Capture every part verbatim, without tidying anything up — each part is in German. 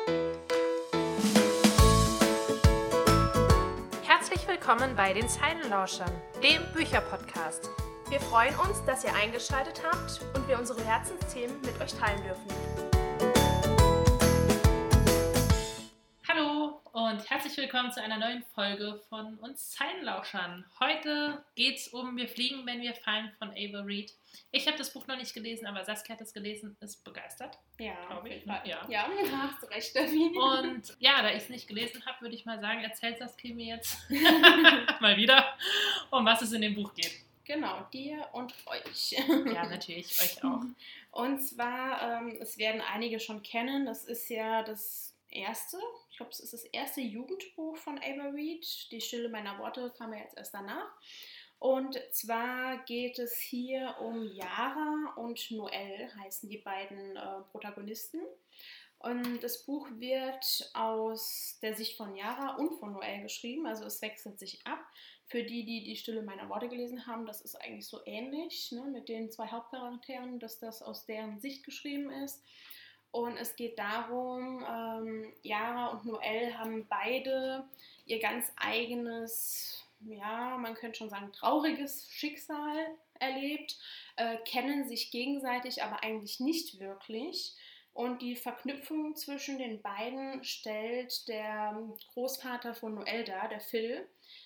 Herzlich willkommen bei den Zeilenlauschern, dem Bücherpodcast. Wir freuen uns, dass ihr eingeschaltet habt und wir unsere Herzensthemen mit euch teilen dürfen. Hallo und herzlich willkommen zu einer neuen Folge von uns Zeilenlauschern. Heute geht es um Wir fliegen, wenn wir fallen von Ava Reid. Ich habe das Buch noch nicht gelesen, aber Saskia hat es gelesen, ist begeistert. Ja, glaube ich. Ja, ja. ja, hast du recht, Steffi. Und ja, da ich es nicht gelesen habe, würde ich mal sagen, erzählt Saskia mir jetzt mal wieder, um was es in dem Buch geht. Genau, dir und euch. Ja, natürlich, euch auch. Und zwar, ähm, es werden einige schon kennen, das ist ja das erste, ich glaube, es ist das erste Jugendbuch von Ava Reid. Die Stille meiner Worte kam ja jetzt erst danach. Und zwar geht es hier um Yara und Noelle, heißen die beiden äh, Protagonisten. Und das Buch wird aus der Sicht von Yara und von Noelle geschrieben, also es wechselt sich ab. Für die, die die Stille meiner Worte gelesen haben, das ist eigentlich so ähnlich, ne, mit den zwei Hauptcharakteren, dass das aus deren Sicht geschrieben ist. Und es geht darum, ähm, Yara und Noelle haben beide ihr ganz eigenes, ja, man könnte schon sagen, trauriges Schicksal erlebt, äh, kennen sich gegenseitig aber eigentlich nicht wirklich. Und die Verknüpfung zwischen den beiden stellt der Großvater von Noelle dar, der Phil,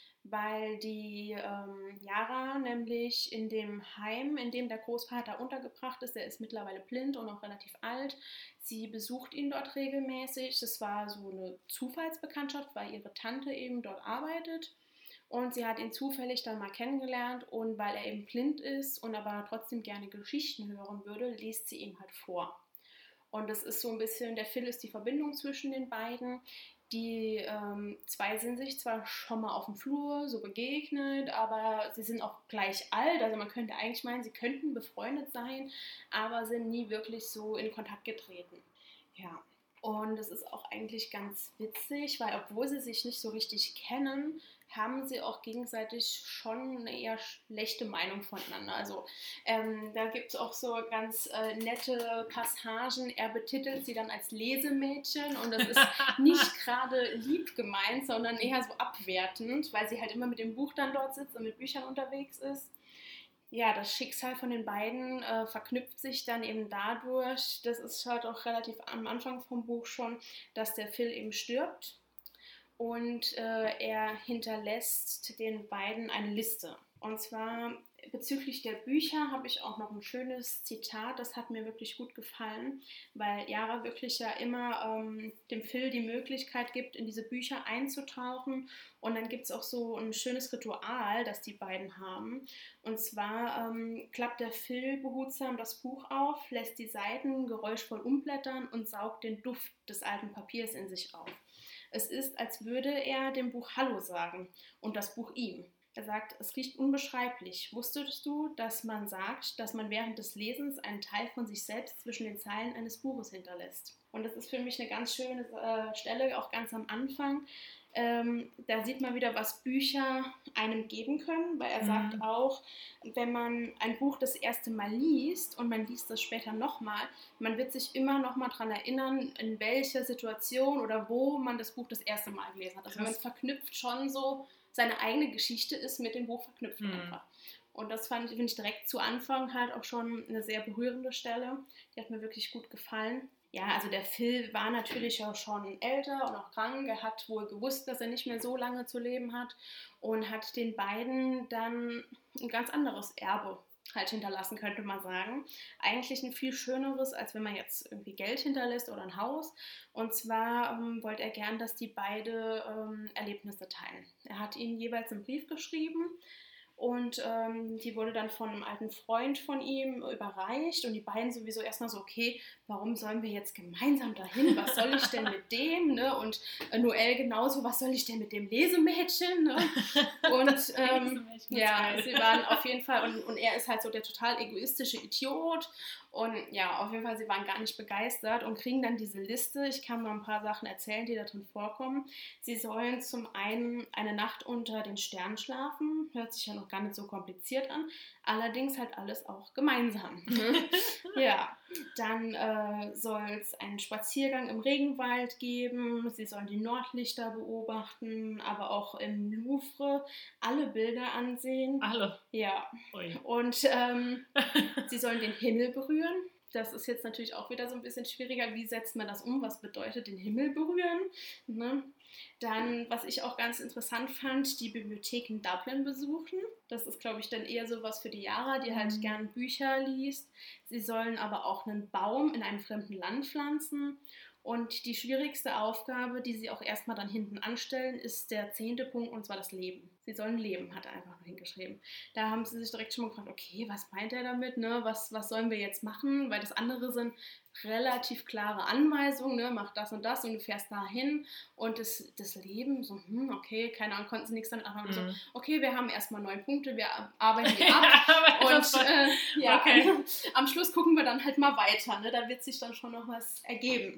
weil die ähm, Yara nämlich in dem Heim, in dem der Großvater untergebracht ist, der ist mittlerweile blind und auch relativ alt, sie besucht ihn dort regelmäßig. Das war so eine Zufallsbekanntschaft, weil ihre Tante eben dort arbeitet und sie hat ihn zufällig dann mal kennengelernt und weil er eben blind ist und aber trotzdem gerne Geschichten hören würde, liest sie ihm halt vor. Und das ist so ein bisschen, der Phil ist die Verbindung zwischen den beiden. Die ähm, zwei sind sich zwar schon mal auf dem Flur so begegnet, aber sie sind auch gleich alt. Also man könnte eigentlich meinen, sie könnten befreundet sein, aber sind nie wirklich so in Kontakt getreten. Ja, und es ist auch eigentlich ganz witzig, weil obwohl sie sich nicht so richtig kennen, haben sie auch gegenseitig schon eine eher schlechte Meinung voneinander. Also ähm, da gibt es auch so ganz äh, nette Passagen. Er betitelt sie dann als Lesemädchen und das ist nicht gerade lieb gemeint, sondern eher so abwertend, weil sie halt immer mit dem Buch dann dort sitzt und mit Büchern unterwegs ist. Ja, das Schicksal von den beiden äh, verknüpft sich dann eben dadurch, das ist halt auch relativ am Anfang vom Buch schon, dass der Phil eben stirbt. Und äh, er hinterlässt den beiden eine Liste. Und zwar bezüglich der Bücher habe ich auch noch ein schönes Zitat, das hat mir wirklich gut gefallen, weil Yara wirklich ja immer ähm, dem Phil die Möglichkeit gibt, in diese Bücher einzutauchen. Und dann gibt es auch so ein schönes Ritual, das die beiden haben. Und zwar ähm, klappt der Phil behutsam das Buch auf, lässt die Seiten geräuschvoll umblättern und saugt den Duft des alten Papiers in sich auf. Es ist, als würde er dem Buch Hallo sagen und das Buch ihm. Er sagt, es riecht unbeschreiblich. Wusstest du, dass man sagt, dass man während des Lesens einen Teil von sich selbst zwischen den Zeilen eines Buches hinterlässt? Und das ist für mich eine ganz schöne äh, Stelle, auch ganz am Anfang. Ähm, da sieht man wieder, was Bücher einem geben können, weil er mhm. sagt auch, wenn man ein Buch das erste Mal liest und man liest das später nochmal, man wird sich immer nochmal daran erinnern, in welcher Situation oder wo man das Buch das erste Mal gelesen hat. Also Krass. Man verknüpft schon so, seine eigene Geschichte ist mit dem Buch verknüpft mhm. einfach. Und das fand finde ich direkt zu Anfang halt auch schon eine sehr berührende Stelle. Die hat mir wirklich gut gefallen. Ja, also der Phil war natürlich auch schon älter und auch krank. Er hat wohl gewusst, dass er nicht mehr so lange zu leben hat und hat den beiden dann ein ganz anderes Erbe halt hinterlassen, könnte man sagen. Eigentlich ein viel schöneres, als wenn man jetzt irgendwie Geld hinterlässt oder ein Haus. Und zwar ähm, wollte er gern, dass die beide ähm, Erlebnisse teilen. Er hat ihnen jeweils einen Brief geschrieben. Und ähm, die wurde dann von einem alten Freund von ihm überreicht und die beiden sowieso erstmal so, okay, warum sollen wir jetzt gemeinsam dahin? Was soll ich denn mit dem? Ne? Und äh, Noelle genauso, was soll ich denn mit dem Lesemädchen? Ne? Und ähm, ja, sie waren auf jeden Fall, und, und er ist halt so der total egoistische Idiot. Und ja, auf jeden Fall, sie waren gar nicht begeistert und kriegen dann diese Liste. Ich kann mal ein paar Sachen erzählen, die da drin vorkommen. Sie sollen zum einen eine Nacht unter den Sternen schlafen. Hört sich ja noch gar nicht so kompliziert an. Allerdings halt alles auch gemeinsam. Ja, Dann äh, soll es einen Spaziergang im Regenwald geben. Sie sollen die Nordlichter beobachten, aber auch im Louvre alle Bilder ansehen. Alle? Ja. Ui. Und ähm, sie sollen den Himmel berühren. Das ist jetzt natürlich auch wieder so ein bisschen schwieriger. Wie setzt man das um? Was bedeutet den Himmel berühren? Ne? Dann, was ich auch ganz interessant fand, die Bibliothek in Dublin besuchen. Das ist, glaube ich, dann eher sowas für die Yara, die halt Mhm. gern Bücher liest. Sie sollen aber auch einen Baum in einem fremden Land pflanzen. Und die schwierigste Aufgabe, die sie auch erstmal dann hinten anstellen, ist der zehnte Punkt, und zwar das Leben. Sie sollen leben, hat er einfach nur hingeschrieben. Da haben sie sich direkt schon mal gefragt, okay, was meint er damit? Ne? Was, was sollen wir jetzt machen? Weil das andere sind relativ klare Anweisungen, ne? Mach das und das und du fährst dahin. Und das, das Leben, so, hm, okay, keine Ahnung, konnten sie nichts damit anfangen. Mhm. So, okay, wir haben erstmal neun Punkte, wir arbeiten die ab. Und äh, ja, okay. Am Schluss gucken wir dann halt mal weiter. Ne? Da wird sich dann schon noch was ergeben.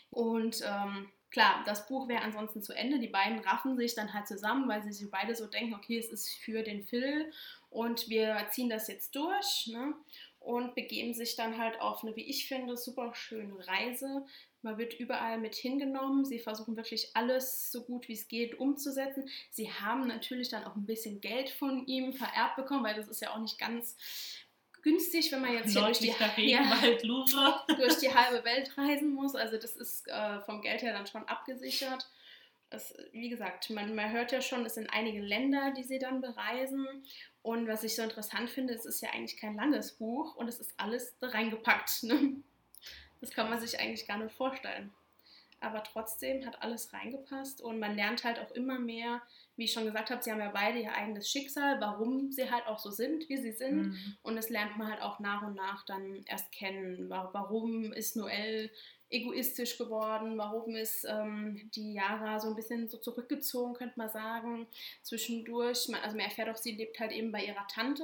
Und ähm, klar, das Buch wäre ansonsten zu Ende. Die beiden raffen sich dann halt zusammen, weil sie sich beide so denken, okay, es ist für den Phil und wir ziehen das jetzt durch, ne? Und begeben sich dann halt auf eine, wie ich finde, super schöne Reise. Man wird überall mit hingenommen. Sie versuchen wirklich alles so gut wie es geht umzusetzen. Sie haben natürlich dann auch ein bisschen Geld von ihm vererbt bekommen, weil das ist ja auch nicht ganz günstig, wenn man jetzt hier durch die, ja, durch die halbe Welt reisen muss. Also das ist äh, vom Geld her dann schon abgesichert. Es, wie gesagt, man, man hört ja schon, es sind einige Länder, die sie dann bereisen. Und was ich so interessant finde, es ist ja eigentlich kein langes Buch und es ist alles da reingepackt. Ne? Das kann man sich eigentlich gar nicht vorstellen. Aber trotzdem hat alles reingepasst und man lernt halt auch immer mehr, wie ich schon gesagt habe, sie haben ja beide ihr eigenes Schicksal, warum sie halt auch so sind, wie sie sind. Mhm. Und das lernt man halt auch nach und nach dann erst kennen. Warum ist Noelle egoistisch geworden? Warum ist ähm, die Yara so ein bisschen so zurückgezogen, könnte man sagen, zwischendurch. Man, also man erfährt auch, sie lebt halt eben bei ihrer Tante.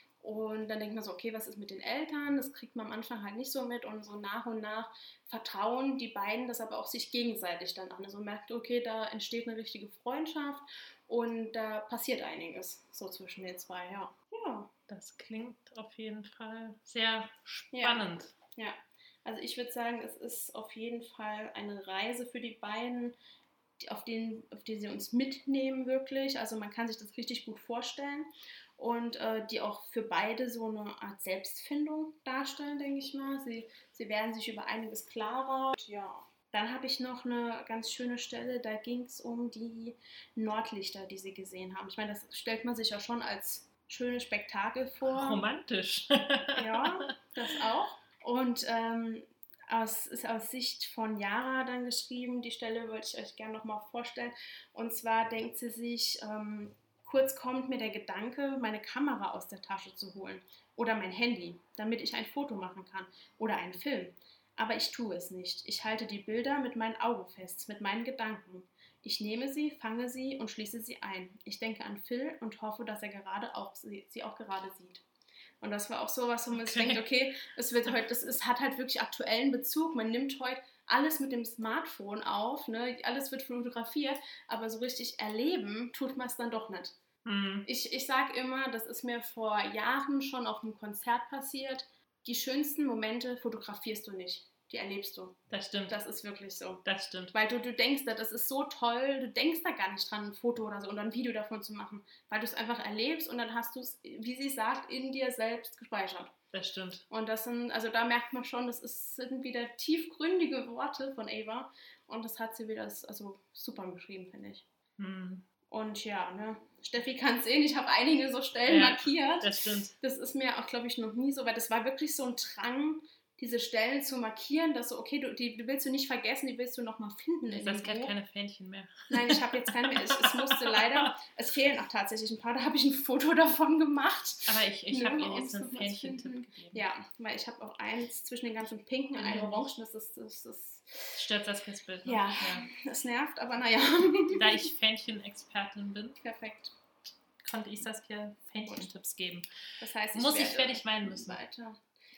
Und dann denkt man so, okay, was ist mit den Eltern? Das kriegt man am Anfang halt nicht so mit. Und so nach und nach vertrauen die beiden das aber auch sich gegenseitig dann an. Also man merkt, okay, da entsteht eine richtige Freundschaft und da passiert einiges so zwischen den zwei, ja. ja. Das klingt auf jeden Fall sehr spannend. Ja, ja. Also ich würde sagen, es ist auf jeden Fall eine Reise für die beiden, auf die, auf die sie uns mitnehmen wirklich. Also man kann sich das richtig gut vorstellen. Und äh, die auch für beide so eine Art Selbstfindung darstellen, denke ich mal. Sie, sie werden sich über einiges klarer. Und ja, dann habe ich noch eine ganz schöne Stelle, da ging es um die Nordlichter, die sie gesehen haben. Ich meine, das stellt man sich ja schon als schönes Spektakel vor. Romantisch. Ja, das auch. Und ähm, aus, ist aus Sicht von Yara dann geschrieben, die Stelle wollte ich euch gerne nochmal vorstellen. Und zwar denkt sie sich... Ähm, Kurz kommt mir der Gedanke, meine Kamera aus der Tasche zu holen oder mein Handy, damit ich ein Foto machen kann oder einen Film. Aber ich tue es nicht. Ich halte die Bilder mit meinen Augen fest, mit meinen Gedanken. Ich nehme sie, fange sie und schließe sie ein. Ich denke an Phil und hoffe, dass er gerade auch sie, sie auch gerade sieht. Und das war auch so was, wo man okay. sich denkt, okay, es wird heute, das ist, hat halt wirklich aktuellen Bezug. Man nimmt heute alles mit dem Smartphone auf, ne? Alles wird fotografiert, aber so richtig erleben tut man es dann doch nicht. Mhm. Ich, ich sage immer, das ist mir vor Jahren schon auf einem Konzert passiert, die schönsten Momente fotografierst du nicht, die erlebst du. Das stimmt. Das ist wirklich so. Das stimmt. Weil du, du denkst, das ist so toll, du denkst da gar nicht dran, ein Foto oder so oder ein Video davon zu machen, weil du es einfach erlebst und dann hast du es, wie sie sagt, in dir selbst gespeichert. Das stimmt. Und das sind, also da merkt man schon, das ist, sind wieder tiefgründige Worte von Ava und das hat sie wieder also super geschrieben, finde ich. Hm. Und ja, ne, Steffi kann es sehen, ich habe einige so Stellen ja, markiert. Das stimmt. Das ist mir auch, glaube ich, noch nie so, weil das war wirklich so ein Drang, diese Stellen zu markieren, dass so, okay, du, die, die willst du nicht vergessen, die willst du nochmal finden. Es gibt keine Fähnchen mehr. Nein, ich habe jetzt keine mehr. Es, es musste leider, es fehlen auch tatsächlich ein paar, da habe ich ein Foto davon gemacht. Aber ich, ich habe Ihnen jetzt einen Fähnchen-Tipp gegeben. Ja, weil ich habe auch eins zwischen den ganzen Pinken und einem Orangen, das ist... Das, das stört das Bild. Ne? Ja, ja, das nervt, aber naja. Da ich Fähnchen-Expertin bin. Perfekt. Konnte ich Saskia Fähnchen-Tipps geben. Das heißt, ich Muss ich fertig weinen müssen. Weiter.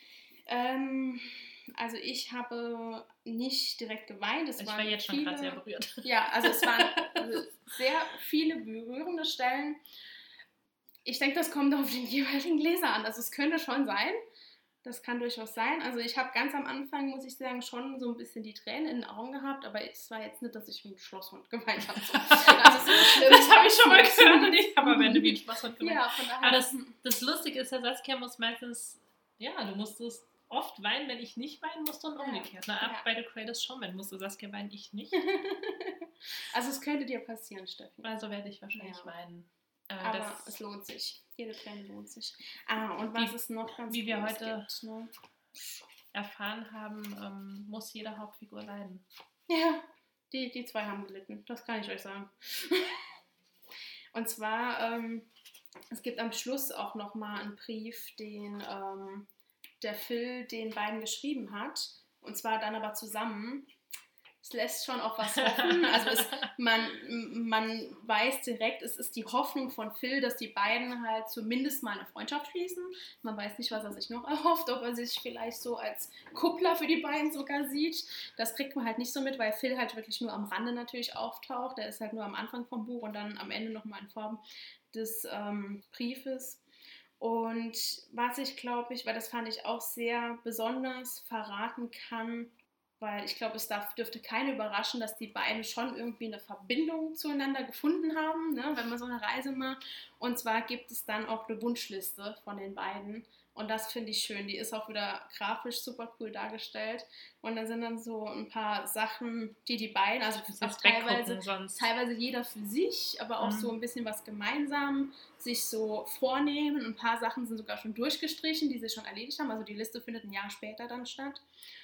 Ähm, also ich habe nicht direkt geweint. Es ich waren war jetzt viele, schon gerade sehr berührt. Ja, also es waren also sehr viele berührende Stellen. Ich denke, das kommt auf den jeweiligen Leser an. Also es könnte schon sein, Das kann durchaus sein. Also ich habe ganz am Anfang, muss ich sagen, schon so ein bisschen die Tränen in den Augen gehabt, aber es war jetzt nicht, dass ich wie ein Schlosshund geweint habe. So. Also so schlimm, das habe ich schon mal gehört und ich habe am Ende wie ein Schlosshund geweint. Ja, von daher. Aber das, das Lustige ist, der Saskia muss meistens, ja, du musstest oft weinen, wenn ich nicht weinen musste und umgekehrt. Na, Ja. bei The Creators schon, wenn musste Saskia weinen, ich nicht. Also es könnte dir passieren, Steffi. Also werde ich wahrscheinlich Ja. weinen. Äh, Aber das, es lohnt sich. Jede Träne lohnt sich. Ah, und was Wie- es noch ganz wie wir Cooles heute- gibt, ne? erfahren haben, ähm, muss jede Hauptfigur leiden. Ja, die, die zwei haben gelitten. Das kann ich euch sagen. Und zwar, ähm, es gibt am Schluss auch nochmal einen Brief, den ähm, der Phil den beiden geschrieben hat. Und zwar dann aber zusammen. Es lässt schon auf was hoffen. Also es, man, man weiß direkt, es ist die Hoffnung von Phil, dass die beiden halt zumindest mal eine Freundschaft schließen. Man weiß nicht, was er sich noch erhofft, ob er sich vielleicht so als Kuppler für die beiden sogar sieht. Das kriegt man halt nicht so mit, weil Phil halt wirklich nur am Rande natürlich auftaucht. Der ist halt nur am Anfang vom Buch und dann am Ende nochmal in Form des ähm, Briefes. Und was ich glaube ich, weil das fand ich auch sehr besonders, verraten kann, weil ich glaube, es darf, dürfte keinen überraschen, dass die beiden schon irgendwie eine Verbindung zueinander gefunden haben, ne, wenn man so eine Reise macht. Und zwar gibt es dann auch eine Wunschliste von den beiden. Und das finde ich schön. Die ist auch wieder grafisch super cool dargestellt. Und da sind dann so ein paar Sachen, die die beiden, also Das auch ist teilweise, weggucken sonst. teilweise jeder für sich, aber auch Mhm. so ein bisschen was gemeinsam sich so vornehmen. Ein paar Sachen sind sogar schon durchgestrichen, die sie schon erledigt haben. Also die Liste findet ein Jahr später dann statt.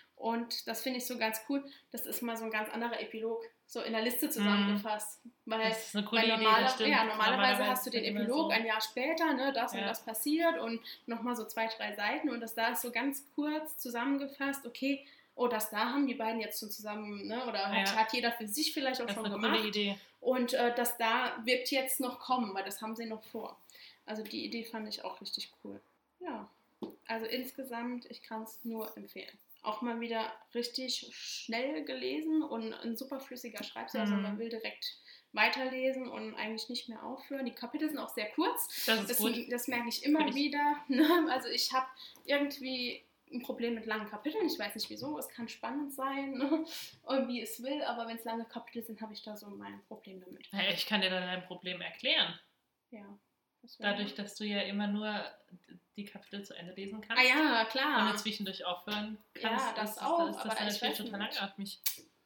Und das finde ich so ganz cool. Das ist mal so ein ganz anderer Epilog, so in der Liste zusammengefasst. Weil, Das ist eine coole weil Idee, normaler, das stimmt. ja, normalerweise Normalerweise hast du den ist immer Epilog so. ein Jahr später, ne, das und Ja. das passiert und nochmal so zwei, drei Seiten. Und das da ist so ganz kurz zusammengefasst, okay, oh, das da haben die beiden jetzt schon zusammen, ne, oder hat, Ja. hat jeder für sich vielleicht auch Das ist schon eine gemacht. coole Idee. Und äh, das da wird jetzt noch kommen, weil das haben sie noch vor. Also die Idee fand ich auch richtig cool. Ja, also insgesamt, ich kann es nur empfehlen. Auch mal wieder richtig schnell gelesen und ein super flüssiger Schreibstil. Also Mhm. man will direkt weiterlesen und eigentlich nicht mehr aufhören. Die Kapitel sind auch sehr kurz. Das ist Das, gut. das merke ich immer Finde ich- wieder. Ne? Also ich habe irgendwie ein Problem mit langen Kapiteln. Ich weiß nicht wieso. Es kann spannend sein, ne? Und wie es will. Aber wenn es lange Kapitel sind, habe ich da so mein Problem damit. Hey, ich kann dir dann dein Problem erklären. Ja. das wäre- Dadurch, dass du ja immer nur die Kapitel zu Ende lesen kannst Ah ja, und klar. du zwischendurch aufhören Ja, kannst, das ist, auch, ist das aber dann ich natürlich weiß total nicht. langatmig,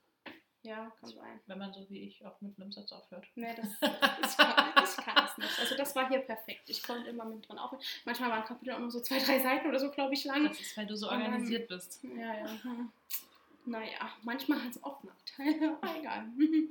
Ja, kann sein. wenn man so wie ich auch mit einem Satz aufhört. Nee, das, das, kann, das kann es nicht. Also das war hier perfekt. Ich konnte immer mit dran aufhören. Manchmal waren Kapitel auch nur so zwei, drei Seiten oder so, glaube ich, lang. Das ist, weil du so Und dann- organisiert bist. Ja, ja. hm. Naja, manchmal hat es auch Nachteile. Aber egal.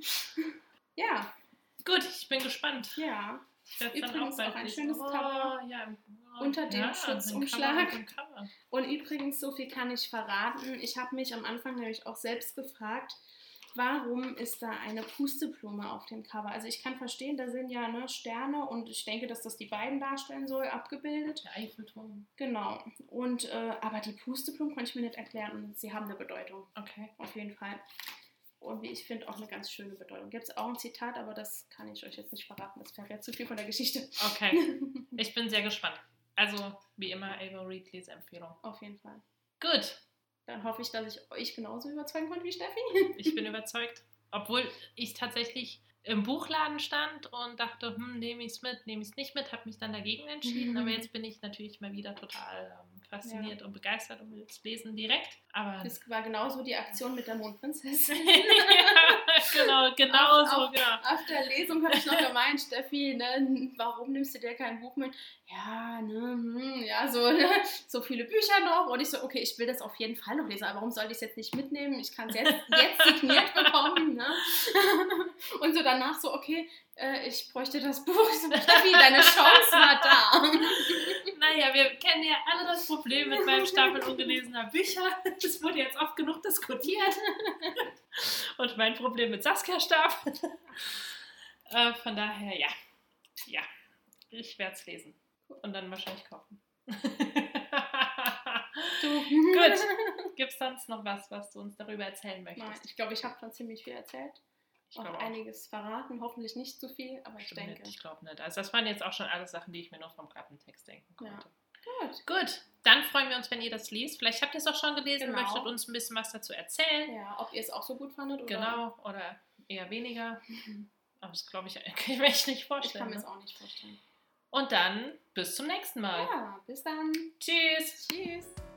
Ja, Gut, ich bin gespannt. ja. Ich werde dann auch Übrigens bald auch ein lesen. schönes oh, Cover ja, oh, unter dem ja, ein Schutzumschlag. Cover, ein Cover. Und übrigens, so viel kann ich verraten. Ich habe mich am Anfang nämlich auch selbst gefragt, warum ist da eine Pusteblume auf dem Cover? Also ich kann verstehen, da sind ja ne, Sterne und ich denke, dass das die beiden darstellen soll, abgebildet. Der Eiffelturm. Genau. Und, äh, aber die Pusteblumen konnte ich mir nicht erklären und sie haben eine Bedeutung, Okay. auf jeden Fall. Und wie ich finde, auch eine ganz schöne Bedeutung. Gibt es auch ein Zitat, aber das kann ich euch jetzt nicht verraten. Das verrät zu viel von der Geschichte. Okay. Ich bin sehr gespannt. Also, wie immer, Ava Reed Leseempfehlung. Auf jeden Fall. Gut, Dann hoffe ich, dass ich euch genauso überzeugen konnte wie Steffi. ich bin überzeugt. Obwohl ich tatsächlich im Buchladen stand und dachte, hm, nehme ich es mit, nehme ich es nicht mit, habe mich dann dagegen entschieden. Mhm. Aber jetzt bin ich natürlich mal wieder total ähm, fasziniert und begeistert und will es lesen direkt. Aber Das war genauso die Aktion mit der Mondprinzessin. ja, genau, genau Auf- so, auf- genau. Auf der Lesung habe ich noch gemeint, Steffi, ne, warum nimmst du dir kein Buch mit? Ja, ne, hm, ja, so, ne, so viele Bücher noch. Und ich so, okay, ich will das auf jeden Fall noch lesen, aber warum soll ich es jetzt nicht mitnehmen? Ich kann es jetzt, jetzt signiert bekommen. Ne? Und so danach so, okay, äh, ich bräuchte das Buch. Ich so, Steffi, deine Chance war da. Naja, wir kennen ja alle das Problem mit meinem Stapel ungelesener Bücher. Das wurde jetzt oft genug diskutiert. Und mein Problem mit Saskia-Stapel. Äh, von daher, ja. Ja, ich werde es lesen. Und dann wahrscheinlich kaufen. Du. Gut. Gibt es sonst noch was, was du uns darüber erzählen möchtest? Nein, ich glaube, ich habe schon ziemlich viel erzählt. Ich Auch glaube auch. einiges verraten, hoffentlich nicht zu viel, aber ich Bestimmt denke. nicht. Ich glaube nicht. Also das waren jetzt auch schon alles Sachen, die ich mir nur vom Klappentext denken Ja. konnte. Gut. Gut, dann freuen wir uns, wenn ihr das liest. Vielleicht habt ihr es auch schon gelesen Genau. und möchtet uns ein bisschen was dazu erzählen. Ja, ob ihr es auch so gut fandet oder... Genau, oder eher weniger. Aber das glaube ich, kann ich mir echt nicht Ich vorstellen. kann mir es ne? auch nicht vorstellen. Und dann bis zum nächsten Mal. Ja, bis dann. Tschüss. Tschüss.